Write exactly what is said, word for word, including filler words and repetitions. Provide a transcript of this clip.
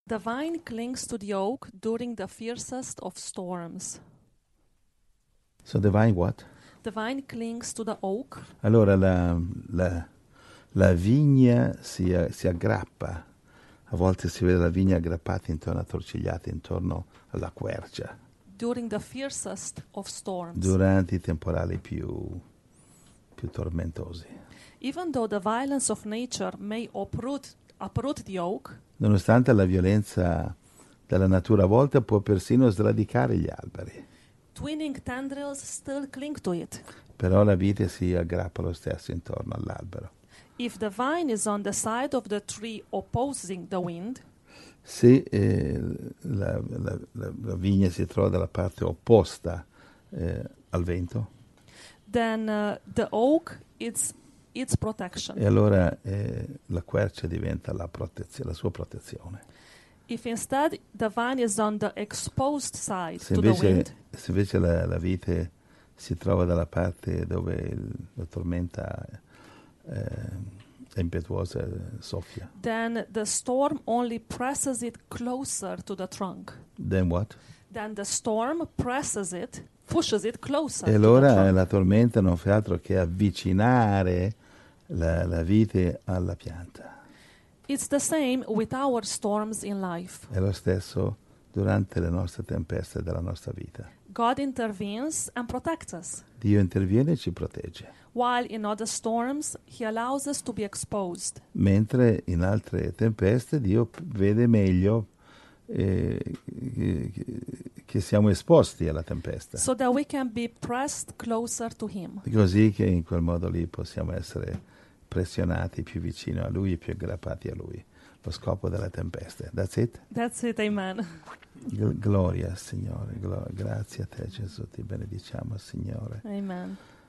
The vine clings to the oak during the fiercest of storms. So the vine what? The vine clings to the oak. Allora la, la, la vigna si, si aggrappa, a volte si vede la vigna aggrappata intorno, attorcigliata intorno alla quercia. During the fiercest of storms. Durante i temporali più, più tormentosi. Even though the violence of nature may uproot, uproot the oak, Nonostante la violenza della natura a volte può persino sradicare gli alberi. twining tendrils still cling to it. Però la vite si aggrappa lo stesso intorno all'albero. If the vine is on the side of the tree opposing the wind, Se eh, la, la, la, la vigna si trova dalla parte opposta eh, al vento, then uh, the oak is its protection. e allora eh, la quercia diventa la, protezio- la sua protezione. If instead the vine is on the exposed side Se to the wind, invece, se invece la, la vite si trova dalla parte dove il, la tormenta eh, è impetuosa, eh, soffia. then the storm only presses it closer to the trunk. Then what? Then the storm presses it, pushes it closer E to the allora trunk. la tormenta non fa altro che avvicinare la, la vite alla pianta. It's the same with our storms in life. È lo stesso durante le nostre tempeste della nostra vita. God intervenes and protects us, Dio interviene e ci protegge, while in other storms He allows us to be exposed. mentre in altre tempeste Dio p- vede meglio eh, che, che siamo esposti alla tempesta, So that we can be pressed closer to Him. così che in quel modo lì possiamo essere pressionati più vicino a Lui e più aggrappati a Lui. Lo scopo della tempesta. That's it. That's it, amen. Gl- gloria, Signore. Glo- grazie a te, Gesù. Ti benediciamo, Signore. Amen.